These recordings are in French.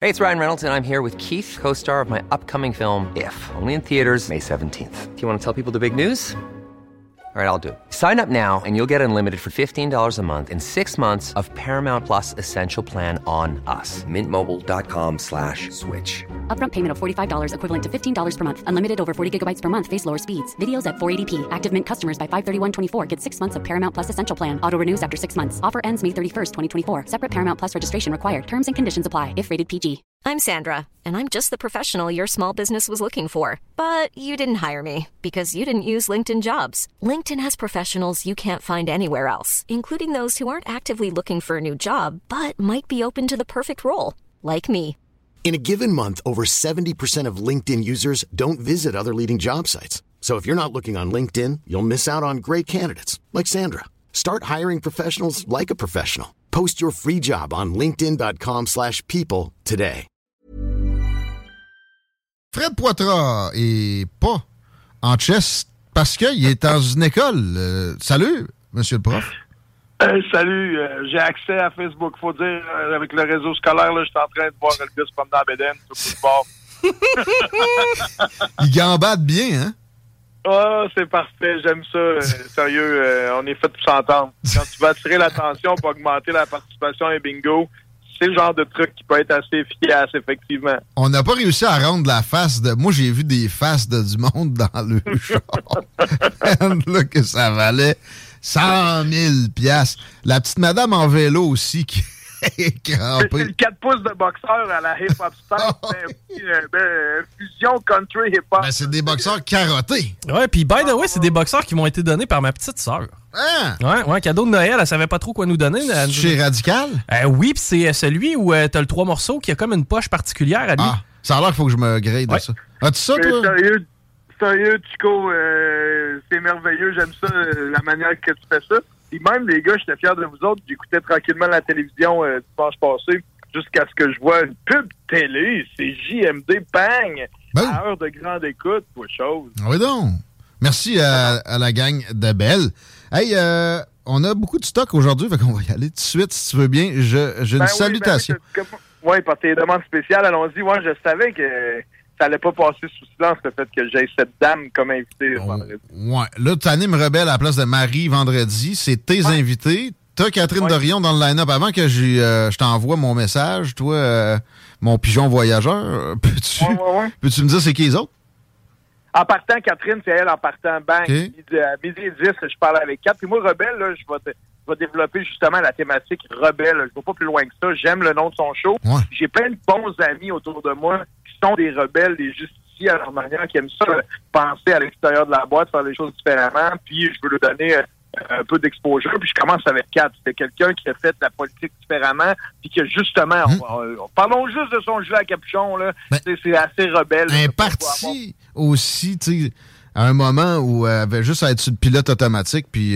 Hey, it's Ryan Reynolds, and I'm here with Keith, co-star of my upcoming film, If, only in theaters May 17th. Do you want to tell people the big news? All right, I'll do it. Sign up now and you'll get unlimited for $15 a month and 6 months of Paramount Plus Essential Plan on us. MintMobile.com/switch. Upfront payment of $45 equivalent to $15 per month. Unlimited over 40 gigabytes per month. Face lower speeds. Videos at 480p. Active Mint customers by 531.24 get 6 months of Paramount Plus Essential Plan. Auto renews after 6 months. Offer ends May 31st, 2024. Separate Paramount Plus registration required. Terms and conditions apply if rated PG. I'm Sandra, and I'm just the professional your small business was looking for. But you didn't hire me because you didn't use LinkedIn Jobs. LinkedIn has professionals you can't find anywhere else, including those who aren't actively looking for a new job, but might be open to the perfect role, like me. In a given month, over 70% of LinkedIn users don't visit other leading job sites. So if you're not looking on LinkedIn, you'll miss out on great candidates like Sandra. Start hiring professionals like a professional. Post your free job on linkedin.com/people today. Fred Poitras est pas en chess parce qu'il est dans une école. Salut, monsieur le prof. Salut, j'ai accès à Facebook. Faut dire, avec le réseau scolaire, là, je suis en train de voir le gars se promener à Bédène, tout le bord. Il gambade bien, hein? Ah, c'est parfait, j'aime ça. Sérieux, on est fait pour s'entendre. Quand tu vas attirer l'attention pour augmenter la participation à un bingo, c'est le genre de truc qui peut être assez efficace, effectivement. On n'a pas réussi à rendre la face de... Moi, j'ai vu des faces de du monde dans le char. Là, que ça valait 100 000 $. La petite madame en vélo aussi qui est crampée. C'est le 4 pouces de boxeur à la hip-hop star. Fusion country hip-hop. Ben, c'est des boxeurs carottés. Ouais, puis by the way, c'est des boxeurs qui m'ont été donnés par ma petite sœur. Hein? Ouais, cadeau de Noël, elle savait pas trop quoi nous donner. Chez Radical? Oui, puis c'est celui où t'as le 3 morceaux qui a comme une poche particulière à lui. Ah, ça a l'air qu'il faut que je me grade de ça. As-tu ça, toi? Sérieux, Chico, c'est merveilleux. J'aime ça, la manière que tu fais ça. Et même, les gars, j'étais fier de vous autres. J'écoutais tranquillement la télévision dimanche passé jusqu'à ce que je vois une pub télé. C'est JMD, bang! Ben. À heure de grande écoute, quoi chose. Oui donc. Merci à la gang de Belle. Hey, on a beaucoup de stock aujourd'hui, fait qu'on va y aller tout de suite, si tu veux bien. J'ai une salutation. Oui, par tes demandes spéciales, allons-y. Moi, je savais que ça allait pas passer sous silence, le fait que j'aie cette dame comme invitée vendredi. Ouais. Là, tu animes Rebelle à la place de Marie vendredi. C'est tes invités. T'as Catherine Dorion dans le line-up. Avant que je t'envoie mon message, toi, mon pigeon voyageur, peux-tu me dire c'est qui les autres? En partant, Catherine, c'est elle en partant. Bang. Okay. À midi et 10, je parle avec Kat. Puis moi, Rebelle, là, je vais développer justement la thématique Rebelle. Je ne vais pas plus loin que ça. J'aime le nom de son show. Ouais. J'ai plein de bons amis autour de moi qui sont des rebelles, des justiciers à leur manière, qui aiment ça, penser à l'extérieur de la boîte, faire les choses différemment. Puis je veux leur donner un peu d'exposure. Puis je commence avec Kat. C'était quelqu'un qui a fait la politique différemment. Puis que justement, parlons juste de son jeu à capuchon. Là. Ben, c'est assez rebelle. Un parti aussi, tu sais, à un moment où elle avait juste à être sur le pilote automatique, puis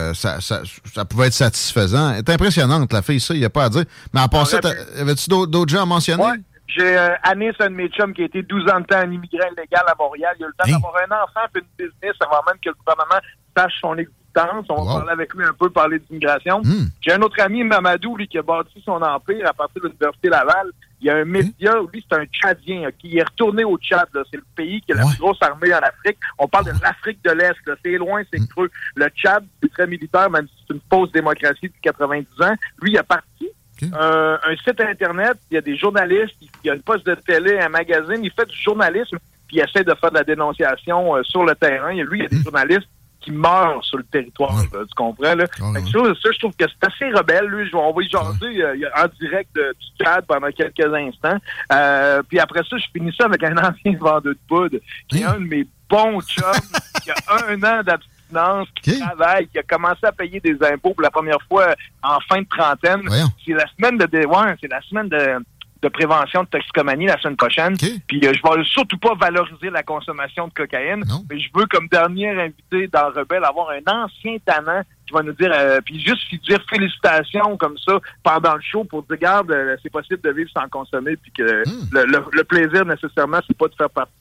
ça pouvait être satisfaisant. Elle est impressionnante, la fille, ça, il n'y a pas à dire. Mais à part ça, avais-tu d'autres gens à mentionner? Ouais. J'ai Anis, un de mes chums, qui a été 12 ans de temps un immigrant illégal à Montréal. Il a eu le temps d'avoir un enfant et une business avant même que le gouvernement sache son existence. On va parler avec lui un peu, parler d'immigration. J'ai un autre ami, Mamadou, lui, qui a bâti son empire à partir de l'Université Laval. Il y a un média, lui, c'est un Tchadien, qui est retourné au Tchad. Là. C'est le pays qui a la plus grosse armée en Afrique. On parle de l'Afrique de l'Est. Là. C'est loin, c'est creux. Le Tchad, c'est très militaire, même si c'est une fausse démocratie depuis 90 ans. Lui, il a parti un site Internet, il y a des journalistes, il y a une poste de télé, un magazine, il fait du journalisme, puis il essaie de faire de la dénonciation sur le terrain. Lui, il y a des journalistes qui meurent sur le territoire, là, tu comprends? Là? Ça, je trouve que c'est assez rebelle. Lui, on va y jaser en direct du Tchad pendant quelques instants. Puis après ça, je finis ça avec un ancien vendeur de poudre, qui est un de mes bons chums, qui a 1 an d'abstinence, qui travaille, qui a commencé à payer des impôts pour la première fois en fin de trentaine. C'est la semaine c'est la semaine de prévention de toxicomanie la semaine prochaine. Puis je vais surtout pas valoriser la consommation de cocaïne, mais je veux comme dernier invité dans Rebelle avoir un ancien tannant qui va nous dire, puis juste lui dire félicitations comme ça pendant le show pour dire, regarde, c'est possible de vivre sans consommer, puis que le plaisir nécessairement, c'est pas de faire partie.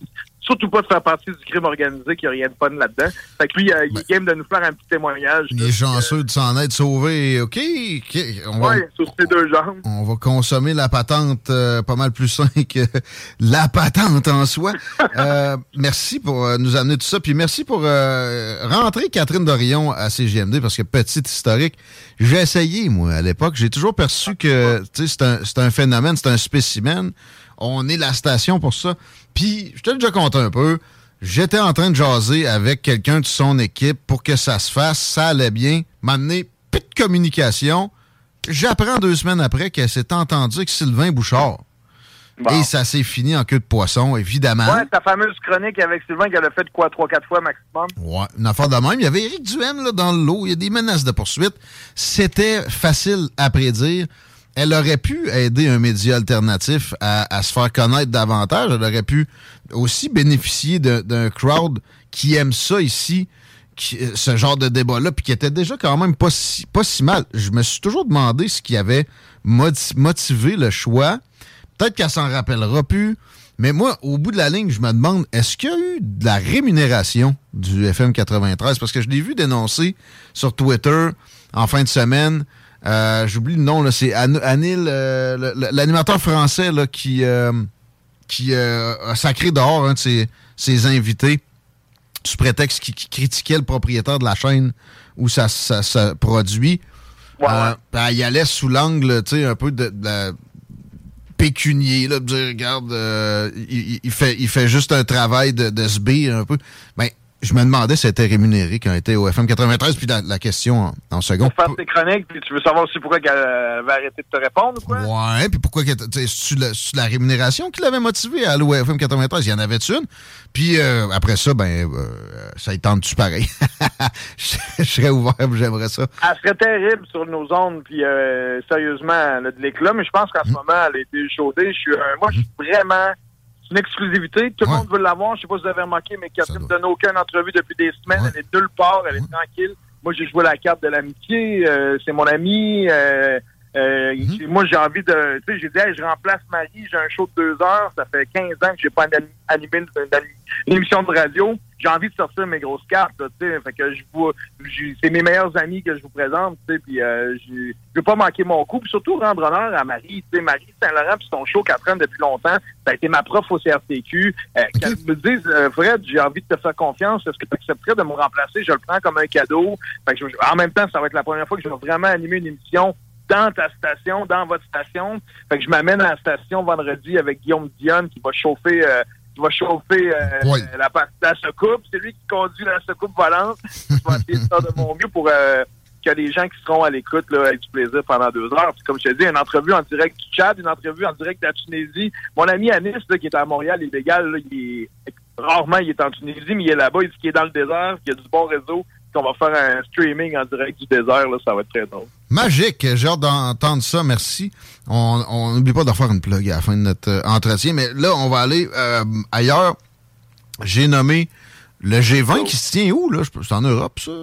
surtout pas de faire partie du crime organisé, qu'il n'y a rien de fun là-dedans. Fait que lui, il est game de nous faire un petit témoignage. Il est chanceux de s'en être sauvé. OK. Sur ses deux jambes. On va consommer la patente pas mal plus sain que la patente en soi. Merci pour nous amener tout ça. Puis merci pour rentrer Catherine Dorion à CJMD, parce que petite historique, j'ai essayé, moi, à l'époque. J'ai toujours perçu que c'est un phénomène, c'est un spécimen. On est la station pour ça. Puis, je te l'ai déjà conté un peu. J'étais en train de jaser avec quelqu'un de son équipe pour que ça se fasse. Ça allait bien. M'amener plus de communication. J'apprends 2 semaines après qu'elle s'est entendue avec Sylvain Bouchard. Bon. Et ça s'est fini en queue de poisson, évidemment. Ouais, ta fameuse chronique avec Sylvain qu'elle a fait quoi, 3-4 fois maximum? Ouais, une affaire de même. Il y avait Éric Duhaime là, dans le lot. Il y a des menaces de poursuite. C'était facile à prédire. Elle aurait pu aider un média alternatif à se faire connaître davantage. Elle aurait pu aussi bénéficier d'un crowd qui aime ça ici, ce genre de débat-là, puis qui était déjà quand même pas si mal. Je me suis toujours demandé ce qui avait motivé le choix. Peut-être qu'elle s'en rappellera plus. Mais moi, au bout de la ligne, je me demande, est-ce qu'il y a eu de la rémunération du FM 93? Parce que je l'ai vu dénoncer sur Twitter en fin de semaine. J'oublie le nom, là, c'est Anil, l'animateur français là, qui a sacré dehors un de ses invités sous prétexte qu'il critiquait le propriétaire de la chaîne où ça se produit. Ouais. Il allait sous l'angle un peu de la pécunier, là, de dire, regarde, il fait juste un travail de sbire un peu. Ben, je me demandais si c'était rémunéré quand elle était au FM 93, puis la question en seconde. Pour faire tes chroniques, puis tu veux savoir aussi pourquoi elle avait arrêté de te répondre ou quoi? Ouais, puis pourquoi, c'est la rémunération qui l'avait motivé à aller au FM 93? Il y en avait-tu une? Puis après ça, ça y tente-tu pareil? Je serais ouvert, j'aimerais ça. Elle serait terrible sur nos ondes, puis sérieusement, elle a de l'éclat, mais je pense qu'en ce moment, elle a été chaudée. Moi, je suis vraiment... une exclusivité. Tout le monde veut l'avoir. Je sais pas si vous avez remarqué, mais Catherine ne donne aucune entrevue depuis des semaines. Elle est nulle part. Elle est tranquille. Moi, j'ai joué la carte de l'amitié. C'est mon ami. Moi, j'ai envie de... Tu sais, j'ai dit, hey, je remplace Marie. J'ai un show de 2 heures. Ça fait 15 ans que j'ai pas animé une émission de radio. J'ai envie de sortir mes grosses cartes, tu sais. Fait que c'est mes meilleurs amis que je vous présente, tu sais. Puis je veux pas manquer mon coup. Puis surtout rendre honneur à Marie, tu sais. Marie Saint-Laurent, puis son show qu'elle traîne depuis longtemps, ça a été ma prof au CRTQ. Qu'elle me dise, Fred, j'ai envie de te faire confiance. Est-ce que tu accepterais de me remplacer? Je le prends comme un cadeau. Fait que en même temps, ça va être la première fois que je vais vraiment animer une émission dans ta station, dans votre station. Fait que je m'amène à la station vendredi avec Guillaume Dionne qui va chauffer la soucoupe. C'est lui qui conduit la soucoupe volante. Je vais essayer de faire de mon mieux pour que les gens qui seront à l'écoute là, aient du plaisir pendant 2 heures. Puis comme je te dis, une entrevue en direct du Tchad, une entrevue en direct de la Tunisie. Mon ami Anis, là, qui est à Montréal, illégal, là, rarement il est en Tunisie, mais il est là-bas, il dit qu'il est dans le désert, qu'il y a du bon réseau, qu'on va faire un streaming en direct du désert, là, ça va être très drôle. Magique, j'ai hâte d'entendre ça, merci. On n'oublie pas de refaire une plug à la fin de notre entretien, mais là, on va aller ailleurs. J'ai nommé le G20 qui se tient où, là? C'est en Europe, ça?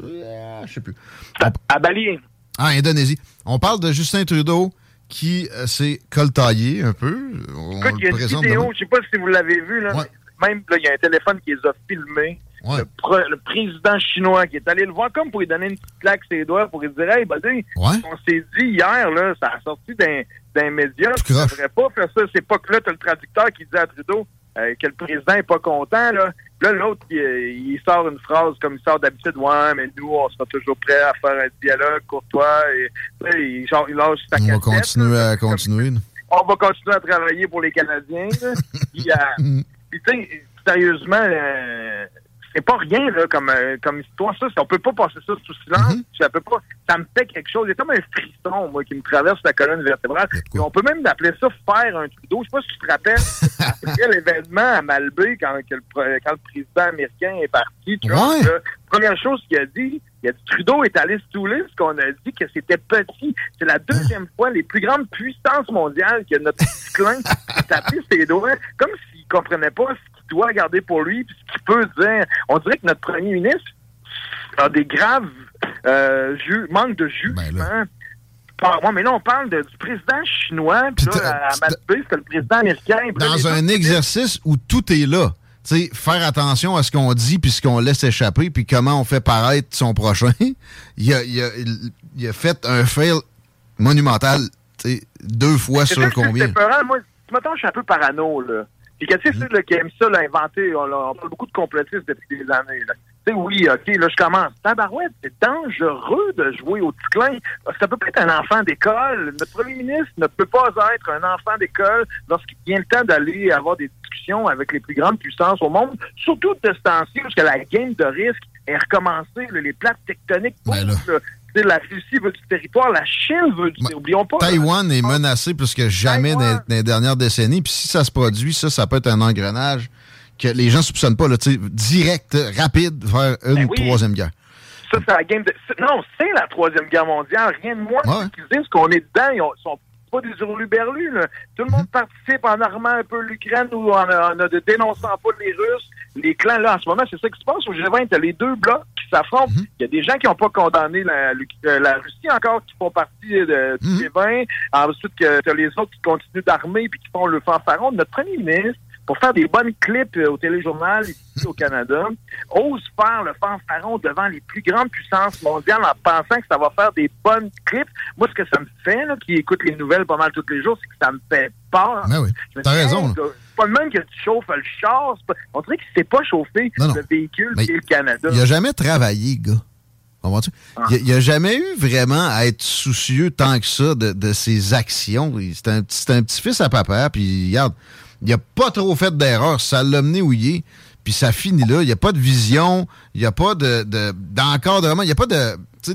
Je sais plus. À Bali. Ah, Indonésie. On parle de Justin Trudeau qui s'est coltaillé un peu. Écoute, il y a une vidéo, je sais pas si vous l'avez vu, là. Ouais. Même, là, il y a un téléphone qui les a filmés. Ouais. Le président chinois qui est allé le voir comme pour lui donner une petite claque sur les doigts pour lui dire, hey, buddy, on s'est dit hier, là, ça a sorti d'un média, tu ne devrais pas faire ça. C'est pas que là, tu as le traducteur qui dit à Trudeau que le président est pas content, là. Là, l'autre, il sort une phrase comme il sort d'habitude, ouais, mais nous, on sera toujours prêts à faire un dialogue courtois. Et là, il lâche sa cassette. On va continuer. On va continuer à travailler pour les Canadiens. Puis, tu sais, sérieusement, c'est pas rien là comme histoire. Ça, on peut pas passer ça sous silence. Ça me fait quelque chose. Il y a comme un frisson, moi, qui me traverse la colonne vertébrale. Et on peut même appeler ça faire un Trudeau. Je sais pas si tu te rappelles après l'événement à Malbé quand le président américain est parti. Tu vois, la première chose qu'il a dit, Trudeau est allé se saouler parce qu'on a dit que c'était petit. C'est la deuxième fois les plus grandes puissances mondiales que notre petit clin tapé ses doigts, comme s'il comprenait pas ce qu'il doit garder pour lui puis ce qu'il peut dire. On dirait que notre premier ministre a des graves manques de jugement. Mais là, on parle du président chinois, puis là, à Malbé, c'est le président américain. Dans un exercice où tout est là. faire attention à ce qu'on dit puis ce qu'on laisse échapper puis comment on fait paraître son prochain. il a fait un fail monumental 2 fois sur combien? C'est peurant. Moi, mettons, je suis un peu parano, là. Puis que, tu sais, ceux qui aiment ça, l'inventer, on parle beaucoup de complotistes depuis des années, là. Tu sais, oui, OK, là, je commence. Tabarouette, c'est dangereux de jouer au petit clin. Ça peut pas être un enfant d'école. Notre premier ministre ne peut pas être un enfant d'école lorsqu'il vient le temps d'aller avoir des discussions avec les plus grandes puissances au monde, surtout de ce temps-ci, parce que la game de risque est recommencée, là, les plaques tectoniques poussent, la Russie veut du territoire, la Chine veut du territoire. Oublions pas. Taïwan est menacé plus que jamais dans les dernières décennies. Puis si ça se produit, ça peut être un engrenage que les gens ne soupçonnent pas, là, direct, rapide, vers une troisième guerre. Ça, c'est la game de... Non, c'est la troisième guerre mondiale. Rien de moins qu'ils disent qu'on est dedans. Ils sont pas des hurluberlus, là. Tout le monde participe en armant un peu l'Ukraine ou en ne dénonçant pas les Russes. Les clans, là, en ce moment, c'est ça qui se passe au G20. T'as les deux blocs qui s'affrontent. Il y a des gens qui n'ont pas condamné la Russie encore, qui font partie du G20. Ensuite, t'as les autres qui continuent d'armer puis qui font le fanfaron. Notre premier ministre, pour faire des bonnes clips au téléjournal ici au Canada, ose faire le fanfaron devant les plus grandes puissances mondiales en pensant que ça va faire des bonnes clips. Moi, ce que ça me fait, là, qui écoute les nouvelles pas mal tous les jours, c'est que ça me fait peur. Ben oui, t'as raison. C'est pas le même que tu chauffes le char. On dirait qu'il ne s'est pas chauffé le véhicule qui est le Canada. Il n'a jamais travaillé, gars. Comprends-tu? Il n'a jamais eu vraiment à être soucieux tant que ça de ses actions. C'est un petit-fils à papa, puis regarde, il n'a pas trop fait d'erreurs. Ça l'a mené où il est, puis ça finit là. Il n'y a pas de vision, il n'y a pas d'encadrement, il n'y a pas de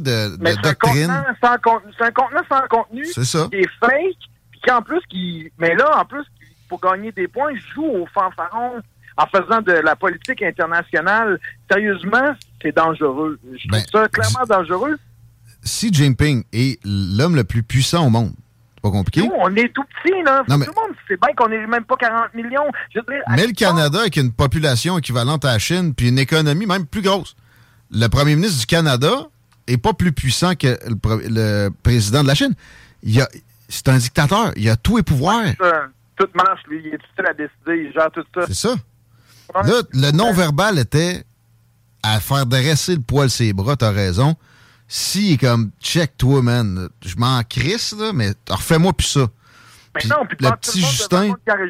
doctrine. C'est un contenant sans contenu. C'est ça. Qui est fake, puis qu'en plus, mais là, en plus, pour gagner des points, il joue au fanfaron en faisant de la politique internationale. Sérieusement, c'est dangereux. Je trouve ça clairement dangereux. Xi Jinping est l'homme le plus puissant au monde. C'est pas compliqué. Nous, on est tout petit, là. Tout le monde sait bien qu'on n'est même pas 40 millions. Mais le Canada, avec une population équivalente à la Chine, puis une économie même plus grosse. Le premier ministre du Canada est pas plus puissant que le président de la Chine. C'est un dictateur. Il a tous les pouvoirs. Tout marche, lui. Il est tout seul à décider. Il gère tout ça. C'est ça. Là, le non-verbal était à faire dresser le poil ses bras, t'as raison. Si il est comme, check-toi, man, je m'en crisse, là, mais refais-moi plus ça. Mais non, puis le petit Justin,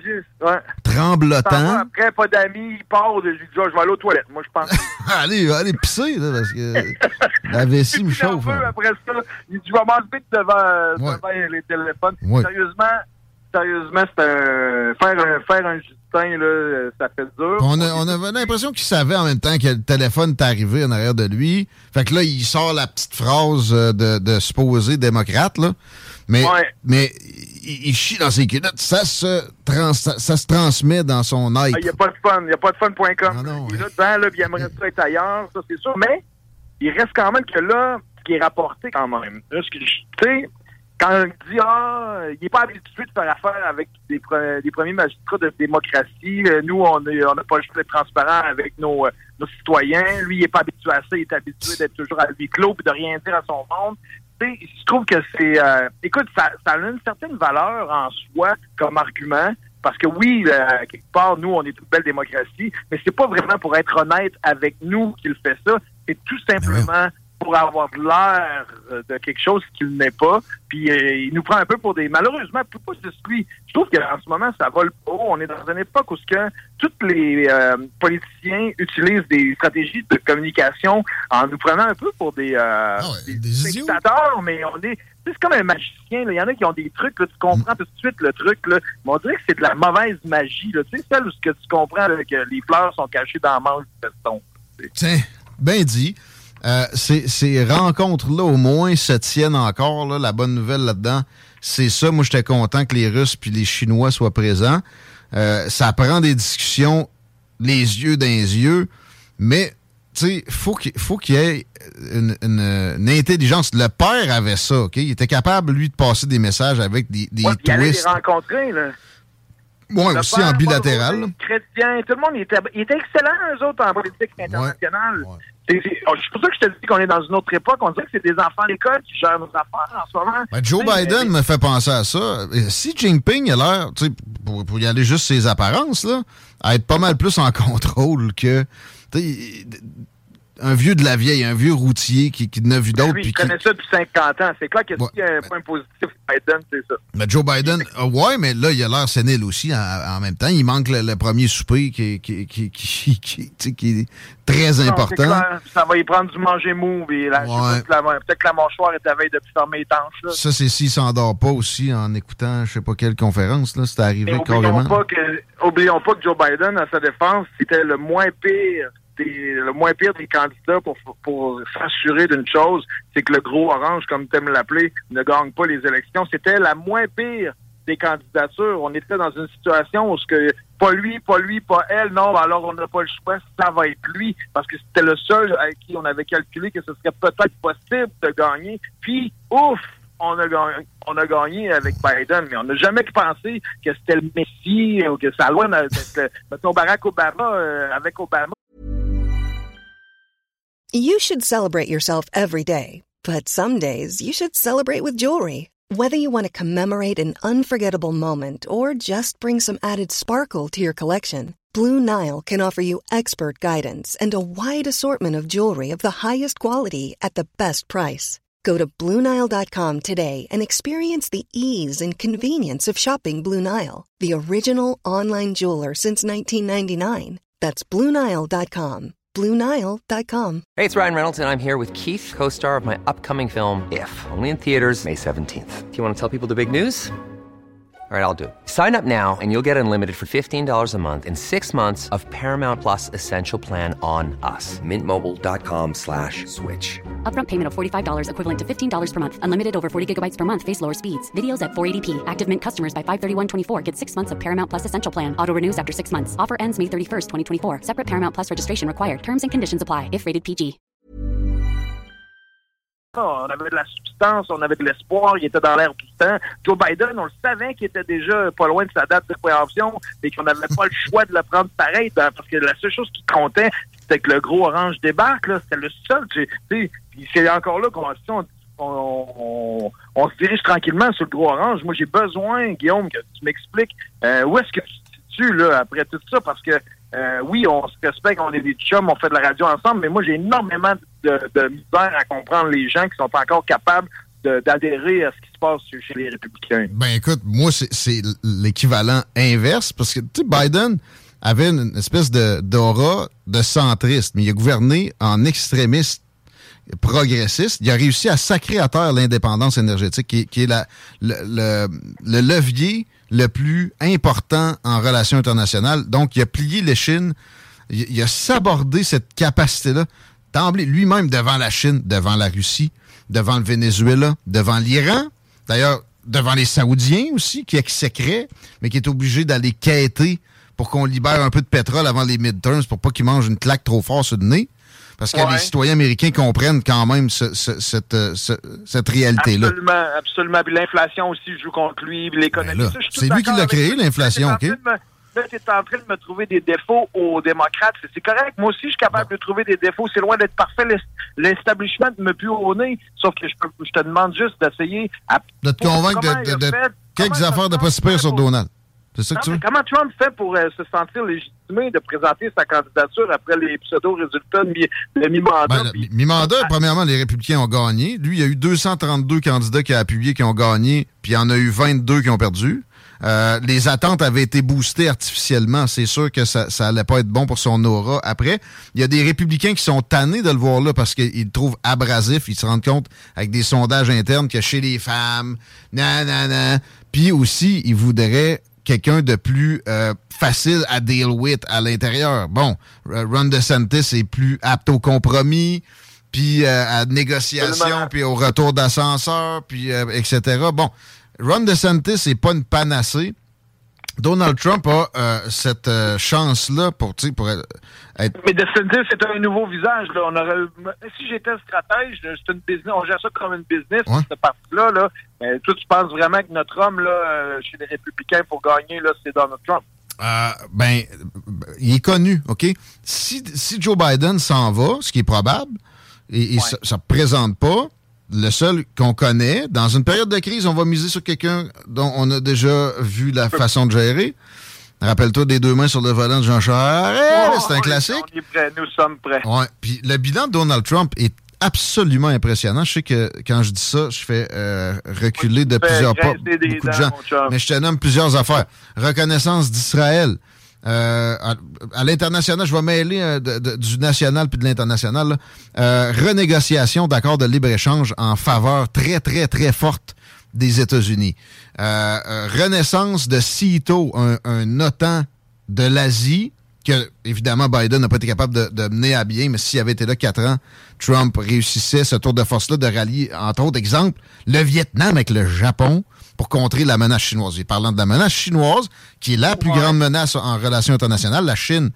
tremblotant. Après, pas d'amis, il part, je lui dis, je vais aller aux toilettes. Moi, je pense. allez pisser, là, parce que la vessie me chauffe. Après ça, il dit, je vais m'enlever devant les téléphones. Ouais. Sérieusement, c'est faire un Justin, là, ça fait dur. On avait l'impression qu'il savait en même temps que le téléphone est arrivé en arrière de lui. Fait que là, il sort la petite phrase de supposé démocrate, là. Mais il chie dans ses culottes. Ça se transmet dans son œil. Il n'y a pas de fun. Il n'y a pas de fun.com. Il est là dedans, là, puis il aimerait ça être ailleurs, ça, c'est sûr. Mais il reste quand même que là, ce qui est rapporté quand même. Là, tu sais, quand on dit, il n'est pas habitué de faire affaire avec des premiers magistrats de démocratie, nous, on n'a pas le choix d'être transparent avec nos citoyens. Lui, il n'est pas habitué à ça. Il est habitué d'être toujours à huis clos et de rien dire à son monde. Tu sais, je trouve que c'est... écoute, ça a une certaine valeur en soi comme argument, parce que oui, quelque part, nous, on est une belle démocratie, mais c'est pas vraiment pour être honnête avec nous qu'il fait ça. C'est tout simplement pour avoir l'air de quelque chose qu'il n'est pas. Puis il nous prend un peu pour des... Malheureusement, pas juste lui. Je trouve qu'en ce moment, ça vole pas haut. On est dans une époque où tous les politiciens utilisent des stratégies de communication en nous prenant un peu pour des dictateurs, mais on est... C'est comme un magicien. Il y en a qui ont des trucs, là, tu comprends tout de suite le truc, là, mais on dirait que c'est de la mauvaise magie. Là. Tu sais, celle où ce que tu comprends, là, que les fleurs sont cachées dans la manche du veston. Tiens, bien dit. Ces rencontres-là, au moins, se tiennent encore. Là, la bonne nouvelle là-dedans, c'est ça. Moi, j'étais content que les Russes puis les Chinois soient présents. Ça prend des discussions les yeux dans les yeux, mais tu sais, faut qu'il y ait une intelligence. Le père avait ça, OK? Il était capable, lui, de passer des messages avec des twists. Il allait les rencontrer, là. Oui, aussi en bilatéral. Chrétien, tout le monde, il était excellent, eux autres, en politique internationale. C'est pour ça que je te dis qu'on est dans une autre époque. On dirait que c'est des enfants à l'école qui gèrent nos affaires en ce moment. Ben, Joe Biden me fait penser à ça. Si Jinping a l'air, tu sais, pour y aller juste ses apparences, là, à être pas mal plus en contrôle que un vieux de la vieille, un vieux routier qui n'a vu d'autres. Lui, il connaît ça depuis 50 ans. C'est clair qu'il y a un point positif Biden, c'est ça. Mais Joe Biden, ouais, mais là, il a l'air sénile aussi en même temps. Il manque le premier souper qui est très important. Clair, ça va y prendre du manger mou. Peut-être que la mâchoire est à veille de fermer les tanches. Là. Ça, c'est s'il s'endort pas aussi en écoutant je sais pas quelle conférence. Là, c'est arrivé carrément. Oublions pas que Joe Biden, à sa défense, c'était le moins pire des candidats pour s'assurer d'une chose, c'est que le gros orange, comme tu aimes l'appeler, ne gagne pas les élections. C'était la moins pire des candidatures. On était dans une situation où pas lui, pas elle, non, alors on n'a pas le choix, ça va être lui, parce que c'était le seul avec qui on avait calculé que ce serait peut-être possible de gagner. Puis, ouf! On a gagné avec Biden, mais on n'a jamais pensé que c'était le Messie ou que ça allait d'être, mettons, Barack Obama avec Obama. You should celebrate yourself every day, but some days you should celebrate with jewelry. Whether you want to commemorate an unforgettable moment or just bring some added sparkle to your collection, Blue Nile can offer you expert guidance and a wide assortment of jewelry of the highest quality at the best price. Go to BlueNile.com today and experience the ease and convenience of shopping Blue Nile, the original online jeweler since 1999. That's BlueNile.com. BlueNile.com. Hey, it's Ryan Reynolds, and I'm here with Keith, co-star of my upcoming film, If, only in theaters May 17th. Do you want to tell people the big news? All right, I'll do it. Sign up now and you'll get unlimited for $15 a month and 6 months of Paramount Plus Essential Plan on us. MintMobile.com/switch. Upfront payment of $45 equivalent to $15 per month. Unlimited over 40 gigabytes per month. Face lower speeds. Videos at 480p. Active Mint customers by 531.24 get 6 months of Paramount Plus Essential Plan. Auto renews after 6 months. Offer ends May 31st, 2024. Separate Paramount Plus registration required. Terms and conditions apply if rated PG. On avait de la substance, on avait de l'espoir, il était dans l'air du temps. Joe Biden, on le savait qu'il était déjà pas loin de sa date de préemption et qu'on n'avait pas le choix de le prendre pareil, parce que la seule chose qui comptait, c'était que le gros orange débarque, là, c'était le seul. Puis c'est encore là qu'on se dirige tranquillement sur le gros orange. Moi, j'ai besoin, Guillaume, que tu m'expliques où est-ce que tu te situes là, après tout ça, parce que oui, on se respecte, on est des chums, on fait de la radio ensemble, mais moi, j'ai énormément de misère à comprendre les gens qui sont encore capables d'adhérer à ce qui se passe chez les républicains. Ben écoute, moi, c'est l'équivalent inverse, parce que Biden avait une espèce d'aura de centriste, mais il a gouverné en extrémiste progressiste. Il a réussi à sacrer à terre l'indépendance énergétique, qui est le levier le plus important en relations internationales. Donc, il a plié l'échine, il a sabordé cette capacité-là, d'emblée, lui-même devant la Chine, devant la Russie, devant le Venezuela, devant l'Iran, d'ailleurs, devant les Saoudiens aussi, qui exécraient, mais qui est obligé d'aller quêter pour qu'on libère un peu de pétrole avant les midterms, pour pas qu'ils mangent une claque trop fort sur le nez. Parce que les citoyens américains comprennent quand même cette réalité-là. Absolument. Puis l'inflation aussi joue contre lui. L'économie. Ben c'est lui qui l'a créé, l'inflation, OK? Là, tu es en train de me trouver des défauts aux démocrates. C'est correct. Moi aussi, je suis capable de trouver des défauts. C'est loin d'être parfait. L'establishment me pue au nez. Sauf que je te demande juste d'essayer... de te convaincre de quelques affaires de pas si pire sur Donald. C'est ça que tu veux? Comment Trump fait pour se sentir légitimé de présenter sa candidature après les pseudo-résultats de mi-mandat? Mi-mandat, premièrement, les républicains ont gagné. Lui, il y a eu 232 candidats qui a appuyé qui ont gagné, puis il y en a eu 22 qui ont perdu. Les attentes avaient été boostées artificiellement. C'est sûr que ça allait pas être bon pour son aura. Après, il y a des républicains qui sont tannés de le voir là parce qu'ils le trouvent abrasif. Ils se rendent compte avec des sondages internes que chez les femmes, puis aussi, ils voudraient quelqu'un de plus facile à deal with à l'intérieur. Bon, Ron DeSantis est plus apte au compromis, puis à négociation, puis au retour d'ascenseur, puis etc. Bon, Ron DeSantis n'est pas une panacée. Donald Trump a cette chance-là pour être... Mais DeSantis, c'est un nouveau visage. Là. Si j'étais stratège, c'est une business, on gère ça comme une business, cette partie-là. Là. Toi, tu penses vraiment que notre homme là, chez les Républicains pour gagner, là, c'est Donald Trump? il est connu, OK? Si Joe Biden s'en va, ce qui est probable, et ça ne présente pas, le seul qu'on connaît, dans une période de crise, on va miser sur quelqu'un dont on a déjà vu la façon de gérer. Rappelle-toi des 2 mains sur le volant de Jean Charest, c'est un classique. On est prêts, nous sommes prêts. Ouais. Puis le bilan de Donald Trump est absolument impressionnant. Je sais que quand je dis ça, je fais reculer de plusieurs pas beaucoup de gens. Mais je te nomme plusieurs affaires. Reconnaissance d'Israël. À l'international, je vais mêler du national puis de l'international. Renégociation d'accords de libre-échange en faveur très, très, très forte des États-Unis. Renaissance de CETO, un OTAN de l'Asie, que, évidemment, Biden n'a pas été capable de mener à bien, mais s'il avait été là 4 ans, Trump réussissait ce tour de force-là de rallier, entre autres exemples, le Vietnam avec le Japon pour contrer la menace chinoise. Et parlant de la menace chinoise, qui est la plus grande menace en relations internationales, la Chine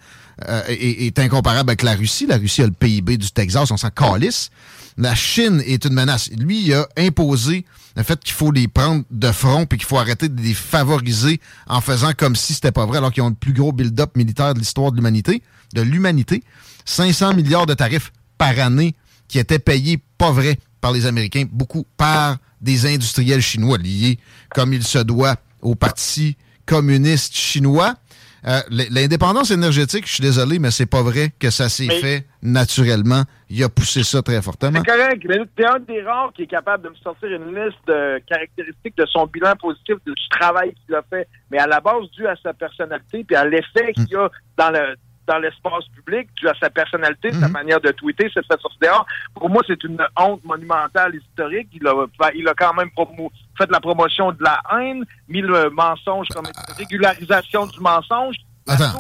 est incomparable avec la Russie. La Russie a le PIB du Texas, on s'en calisse. La Chine est une menace. Lui, il a imposé le fait qu'il faut les prendre de front puis qu'il faut arrêter de les favoriser en faisant comme si c'était pas vrai, alors qu'ils ont le plus gros build-up militaire de l'histoire de l'humanité. 500 milliards de tarifs par année qui étaient payés, pas vrai, par les Américains, beaucoup par des industriels chinois liés, comme il se doit, au Parti communiste chinois. L'indépendance énergétique, je suis désolé, mais c'est pas vrai que ça s'est fait naturellement. Il a poussé ça très fortement. C'est correct, mais t'es un des rares qui est capable de me sortir une liste de caractéristiques de son bilan positif du travail qu'il a fait, mais à la base dû à sa personnalité puis à l'effet qu'il y a dans l'espace public, dû à sa personnalité, sa manière de tweeter, cette façon dehors. Pour moi, c'est une honte monumentale historique. Il a quand même fait la promotion de la haine, mis le mensonge comme une régularisation du mensonge. Attends.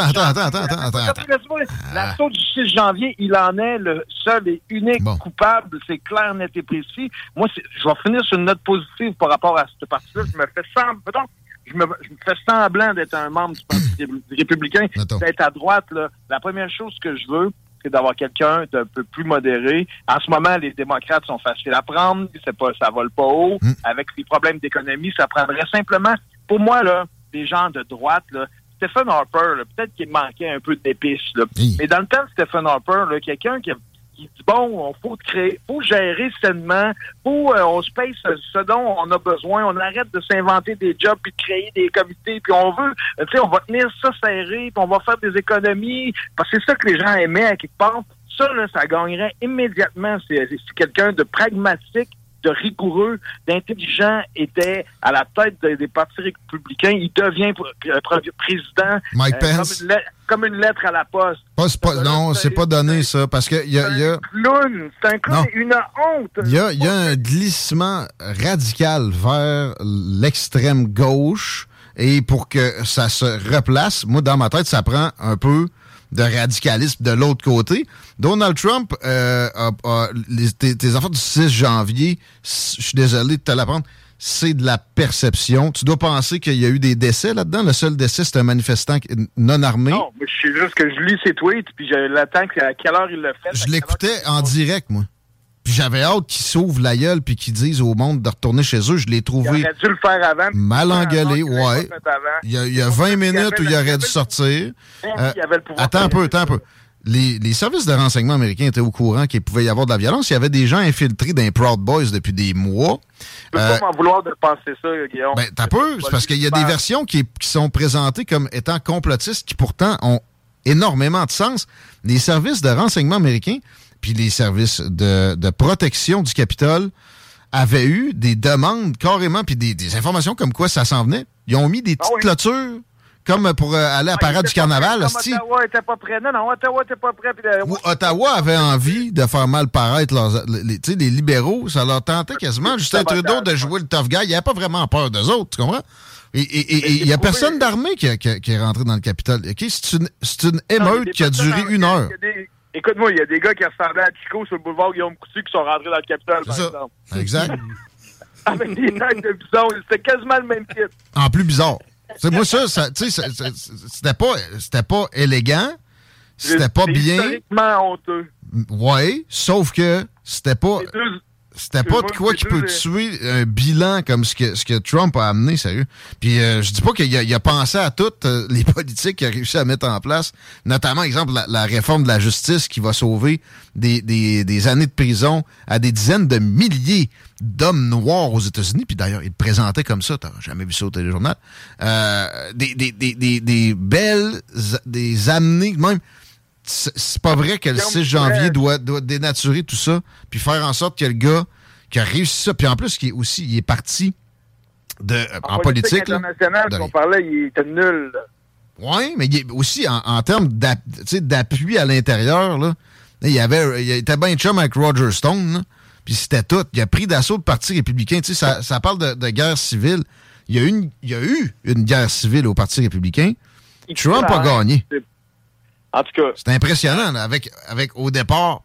L'assaut du 6 janvier, il en est le seul et unique coupable. C'est clair, net et précis. Moi, je vais finir sur une note positive par rapport à cette partie-là. Je me fais semblant d'être un membre du Parti républicain, d'être à droite. Là. La première chose que je veux, c'est d'avoir quelqu'un d'un peu plus modéré. En ce moment, les démocrates sont faciles à prendre. Ça vole pas haut. Avec les problèmes d'économie, ça prendrait simplement, pour moi, là, des gens de droite, là, Stephen Harper, là, peut-être qu'il manquait un peu d'épices. Là. Mais dans le temps de Stephen Harper, là, quelqu'un qui dit, bon, faut gérer sainement, on se paye ce dont on a besoin, on arrête de s'inventer des jobs puis de créer des comités, puis on va tenir ça serré, puis on va faire des économies, parce que c'est ça que les gens aimaient à quelque part. Ça, là, ça gagnerait immédiatement. C'est quelqu'un de pragmatique, de rigoureux, d'intelligent, était à la tête des partis républicains. Il devient président Mike Pence. Comme une lettre à la poste. C'est pas donné, ça, parce que c'est un clown, une honte. Il y a un glissement radical vers l'extrême gauche, et pour que ça se replace, moi, dans ma tête, ça prend un peu de radicalisme de l'autre côté. Donald Trump tes affaires du 6 janvier, je suis désolé de te l'apprendre, c'est de la perception. Tu dois penser qu'il y a eu des décès là-dedans. Le seul décès, c'est un manifestant non armé. Non, mais je sais juste que je lis ses tweets, puis j'attends à quelle heure il le fait. Je l'écoutais en direct, moi. Puis j'avais hâte qu'ils s'ouvrent la gueule puis qu'ils disent au monde de retourner chez eux. Je l'ai trouvé il aurait dû le faire avant, mal engueulé, ouais. Il y a 20 minutes où il aurait dû sortir. Attends un peu. Les services de renseignement américains étaient au courant qu'il pouvait y avoir de la violence. Il y avait des gens infiltrés dans les Proud Boys depuis des mois. Tu peux pas m'en vouloir de penser ça, Guillaume. T'as peu, c'est parce qu'il y a des versions qui sont présentées comme étant complotistes qui pourtant ont énormément de sens. Les services de renseignement américains puis les services de protection du Capitole avaient eu des demandes carrément, puis des informations comme quoi ça s'en venait. Ils ont mis des petites clôtures, comme pour aller à la parade du carnaval. Ottawa était pas prêt. Non, Ottawa était pas prêt. Ottawa avait envie de faire mal paraître les libéraux. Ça leur tentait quasiment. Justin Trudeau de jouer le tough guy. Il n'y avait pas vraiment peur d'eux autres, tu comprends? Et il n'y a personne d'armé qui est rentré dans le Capitole. Okay? C'est une émeute qui a duré 1 heure. Écoute-moi, il y a des gars qui ressemblaient à Chico sur le boulevard Guillaume Coutu qui sont rentrés dans le Capitole, par exemple. Exact. Avec des têtes de bison. C'était quasiment le même kit. En plus bizarre. T'sais, moi, c'était pas élégant. C'était pas bien. Historiquement honteux. Oui, sauf que c'était pas C'était pas de quoi qui peut tuer un bilan comme ce que Trump a amené, sérieux. Puis je dis pas qu'il a pensé à toutes les politiques qu'il a réussi à mettre en place, notamment, exemple, la réforme de la justice qui va sauver des années de prison à des dizaines de milliers d'hommes noirs aux États-Unis. Puis d'ailleurs, il le présentait comme ça, t'as jamais vu ça au téléjournal. Des belles, des amenées, même... C'est pas vrai que le 6 janvier doit dénaturer tout ça, puis faire en sorte que le gars qui a réussi ça, puis en plus, il est parti en politique internationale, qu'on parlait, il était nul. Oui, mais il est aussi en termes d'appui à l'intérieur, là, il était bien chum avec Roger Stone, puis c'était tout. Il a pris d'assaut le Parti républicain. Ça parle de guerre civile. Il y a eu une guerre civile au Parti républicain. Trump a gagné. En tout cas, c'est impressionnant, là, avec au départ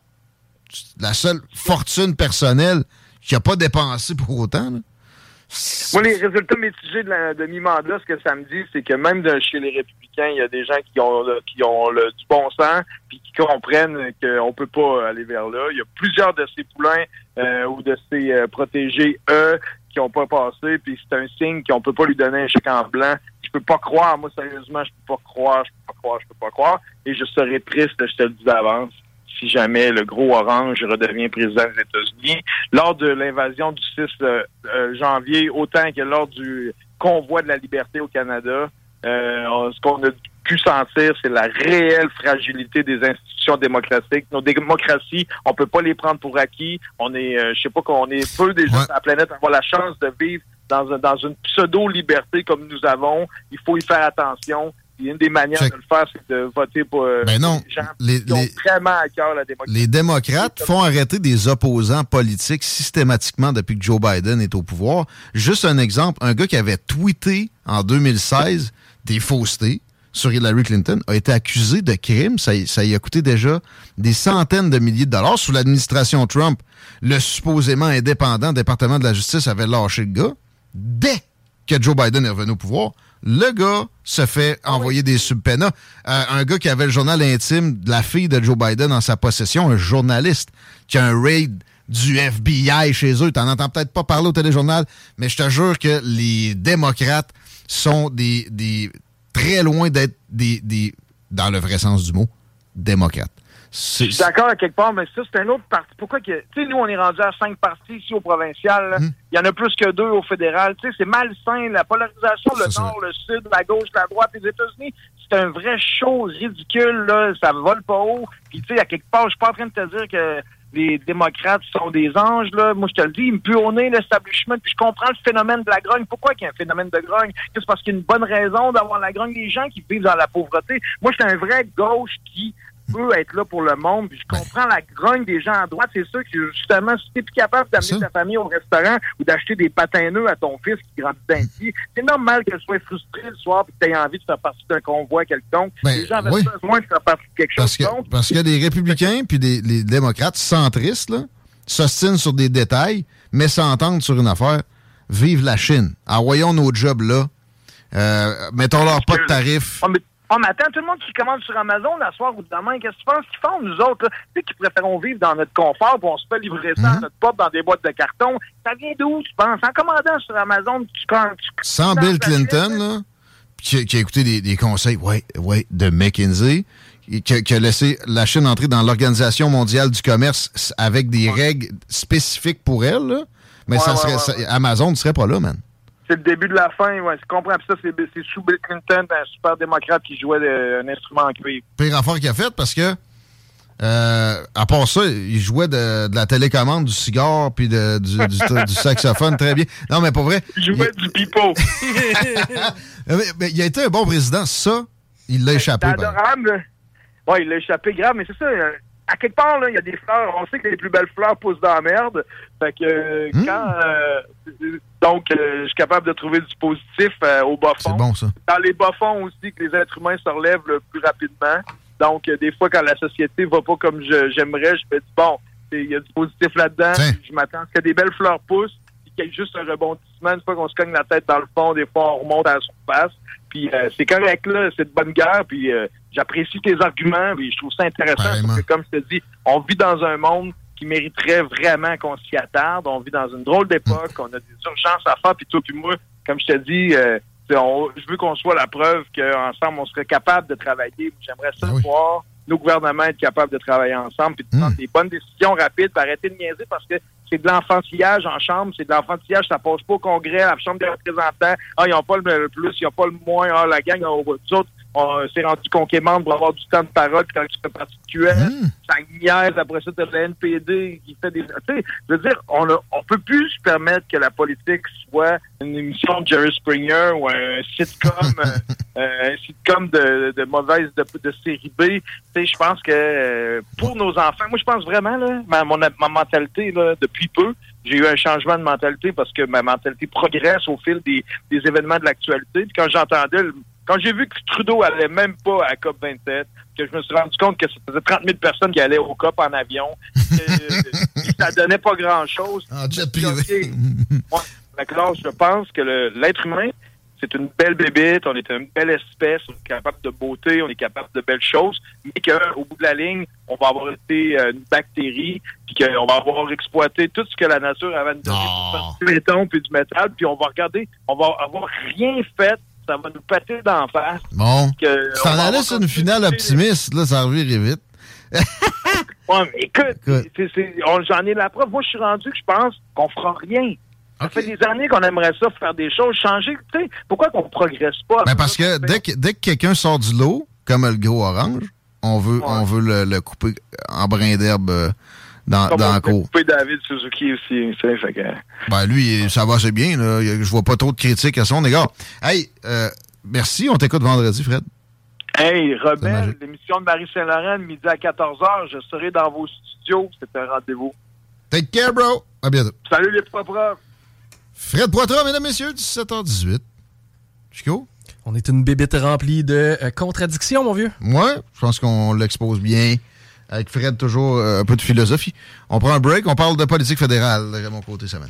la seule fortune personnelle qu'il n'a pas dépensée pour autant. Là. Moi, les résultats mitigés de mi-mandat, ce que ça me dit, c'est que même chez les Républicains, il y a des gens qui ont du bon sens puis qui comprennent qu'on peut pas aller vers là. Il y a plusieurs de ces poulains ou de ces protégés, qui n'ont pas passé, puis c'est un signe qu'on peut pas lui donner un chèque en blanc. Je peux pas croire, moi, sérieusement, je peux pas croire. Et je serais triste, je te le dis d'avance, si jamais le gros orange redevient président des États-Unis. Lors de l'invasion du 6 janvier, autant que lors du convoi de la liberté au Canada, ce qu'on a pu sentir, c'est la réelle fragilité des institutions démocratiques. Nos démocraties, on peut pas les prendre pour acquis. On est, qu'on est peu des gens sur la planète à avoir la chance de vivre dans une pseudo-liberté comme nous avons. Il faut y faire attention. Et une des manières de le faire, c'est de voter pour les gens qui ont vraiment à cœur la démocratie. Les démocrates font arrêter des opposants politiques systématiquement depuis que Joe Biden est au pouvoir. Juste un exemple, un gars qui avait tweeté en 2016 des faussetés sur Hillary Clinton a été accusé de crime. Ça y a coûté déjà des centaines de milliers de dollars. Sous l'administration Trump, le supposément indépendant département de la justice avait lâché le gars. Dès que Joe Biden est revenu au pouvoir, le gars se fait envoyer des subpoenas. Un gars qui avait le journal intime de la fille de Joe Biden en sa possession, un journaliste qui a un raid du FBI chez eux. T'en entends peut-être pas parler au téléjournal, mais je te jure que les démocrates sont des très loin d'être des dans le vrai sens du mot, démocrates. Je suis d'accord à quelque part, mais ça, c'est un autre parti. Pourquoi que... Tu sais, nous, on est rendu à 5 partis ici au provincial. Il y en a plus que 2 au fédéral. Tu sais, c'est malsain, la polarisation, le nord, le sud, la gauche, la droite, les États-Unis. C'est un vrai show ridicule, là. Ça vole pas haut. Puis, tu sais, à quelque part, je suis pas en train de te dire que les démocrates sont des anges, là. Moi, je te le dis, ils me puent au nez, l'establishment. Puis, je comprends le phénomène de la grogne. Pourquoi il y a un phénomène de grogne? C'est parce qu'il y a une bonne raison d'avoir la grogne des gens qui vivent dans la pauvreté. Moi, je suis un vrai gauche qui peut être là pour le monde. Puis je comprends la grogne des gens à droite. C'est sûr que, justement, si t'es plus capable d'amener ta famille au restaurant ou d'acheter des patins neufs à ton fils qui grandit ainsi, c'est normal que tu sois frustré le soir et que tu aies envie de faire partie d'un convoi quelconque. Les gens avaient besoin de faire partie de quelque chose d'autre. Parce que les républicains puis les démocrates centristes, là, s'ostinent sur des détails, mais s'entendent sur une affaire. Vive la Chine. Envoyons nos jobs là. Mettons-leur pas de tarifs. Oh, mais attends, tout le monde qui commande sur Amazon à soir ou demain, qu'est-ce que tu penses qu'ils font, nous autres, là? Tu sais, qui préférons vivre dans notre confort, puis on se fait livrer ça à notre pop dans des boîtes de carton. Ça vient d'où, tu penses? En commandant sur Amazon, sans Bill Clinton, là, qui a écouté des conseils, de McKinsey, qui a laissé la Chine entrer dans l'Organisation mondiale du commerce avec des règles spécifiques pour elle, là, mais Amazon ne serait pas là, man. C'est le début de la fin, ouais. Je comprends. Puis ça, c'est sous Bill Clinton, un super démocrate qui jouait un instrument en cuivre. Pire affaire qu'il a fait parce que, à part ça, il jouait de la télécommande, du cigare puis du saxophone très bien. Non, mais pour vrai. Il jouait du pipeau. mais il a été un bon président. Ça, il l'a échappé. C'est adorable. Oui, il l'a échappé grave, mais c'est ça. À quelque part, là, il y a des fleurs. On sait que les plus belles fleurs poussent dans la merde. Fait que donc, je suis capable de trouver du positif au bas fond. C'est bon, ça. Dans les bas fonds aussi, que les êtres humains se relèvent le plus rapidement. Donc, des fois, quand la société va pas comme j'aimerais, je me dis, bon, il y a du positif là-dedans. Je m'attends à ce que des belles fleurs poussent, puis qu'il y ait juste un rebondissement. Une fois qu'on se cogne la tête dans le fond, des fois, on remonte à la surface. Puis c'est correct, là, c'est de bonne guerre, puis j'apprécie tes arguments, puis je trouve ça intéressant, parce que, comme je te dis, on vit dans un monde qui mériterait vraiment qu'on s'y attarde. On vit dans une drôle d'époque, on a des urgences à faire, puis toi puis moi, comme je te dis, je veux qu'on soit la preuve qu'ensemble, on serait capable de travailler. J'aimerais ça voir nos gouvernements être capables de travailler ensemble puis de prendre des bonnes décisions rapides, puis arrêter de niaiser parce que c'est de l'enfantillage en chambre, c'est de l'enfantillage, ça passe pas au Congrès, à la Chambre des représentants. Ils n'ont pas le plus, ils n'ont pas le moins. La gang, nous autres, on s'est rendu conquérante pour avoir du temps de parole quand tu fais partie de QS. Ça niaise, après ça, t'as le NPD qui fait des... Tu sais, je veux dire, on peut plus se permettre que la politique soit une émission de Jerry Springer ou un sitcom de mauvaise de série B. Tu sais, je pense que pour nos enfants, moi je pense vraiment, là, ma mentalité, là, depuis peu, j'ai eu un changement de mentalité parce que ma mentalité progresse au fil des événements de l'actualité. Puis quand j'ai vu que Trudeau allait même pas à la COP27, que je me suis rendu compte que ça faisait 30 000 personnes qui allaient au COP en avion, que ça donnait pas grand-chose. En jet privé. Alors, je pense que l'être humain, c'est une belle bébite, on est une belle espèce, on est capable de beauté, on est capable de belles choses, mais qu'au bout de la ligne, on va avoir été une bactérie, puis qu'on va avoir exploité tout ce que la nature avait nous donner pour faire du béton puis du métal, puis on va regarder, on va avoir rien fait. Ça va nous péter d'en face. Bon. Tu t'en allais sur une finale optimiste, là, ça revirait vite. Ouais, mais écoute, j'en ai la preuve. Moi, je suis rendu que je pense qu'on fera rien. Ça fait des années qu'on aimerait ça, faire des choses, changer. Tu sais, pourquoi qu'on progresse pas? Ben parce que dès que quelqu'un sort du lot, comme le gros orange, on veut le couper en brin d'herbe dans la cour. Couper David Suzuki aussi. Fait que... Ben lui, ça va assez bien. Là. Je vois pas trop de critiques à son égard. Hey, merci. On t'écoute vendredi, Fred. Hey, Rebelle, l'émission de Marie Saint-Laurent, midi à 14h. Je serai dans vos studios. C'est un rendez-vous. Take care, bro. À bientôt. Salut les propres. Fred Poitras, mesdames, messieurs, 17h18. Chico? On est une bébite remplie de contradictions, mon vieux. Ouais, je pense qu'on l'expose bien. Avec Fred, toujours un peu de philosophie. On prend un break, on parle de politique fédérale de mon côté semaine.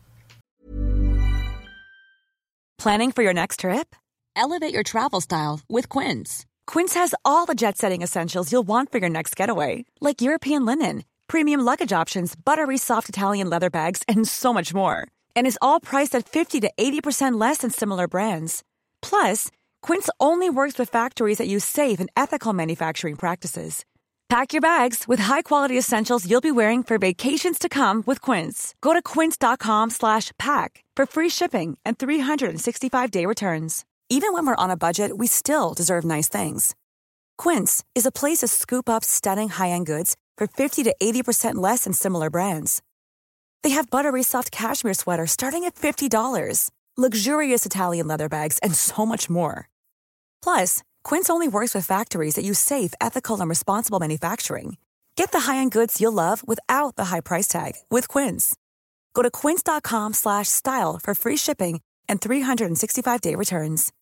Planning for your next trip? Elevate your travel style with Quince. Quince has all the jet-setting essentials you'll want for your next getaway, like European linen, premium luggage options, buttery soft Italian leather bags, and so much more. And is all priced at 50 to 80% less than similar brands. Plus, Quince only works with factories that use safe and ethical manufacturing practices. Pack your bags with high-quality essentials you'll be wearing for vacations to come with Quince. Go to quince.com/pack for free shipping and 365-day returns. Even when we're on a budget, we still deserve nice things. Quince is a place to scoop up stunning high-end goods for 50 to 80% less than similar brands. They have buttery soft cashmere sweaters starting at $50, luxurious Italian leather bags, and so much more. Plus, Quince only works with factories that use safe, ethical, and responsible manufacturing. Get the high-end goods you'll love without the high price tag with Quince. Go to quince.com/style for free shipping and 365-day returns.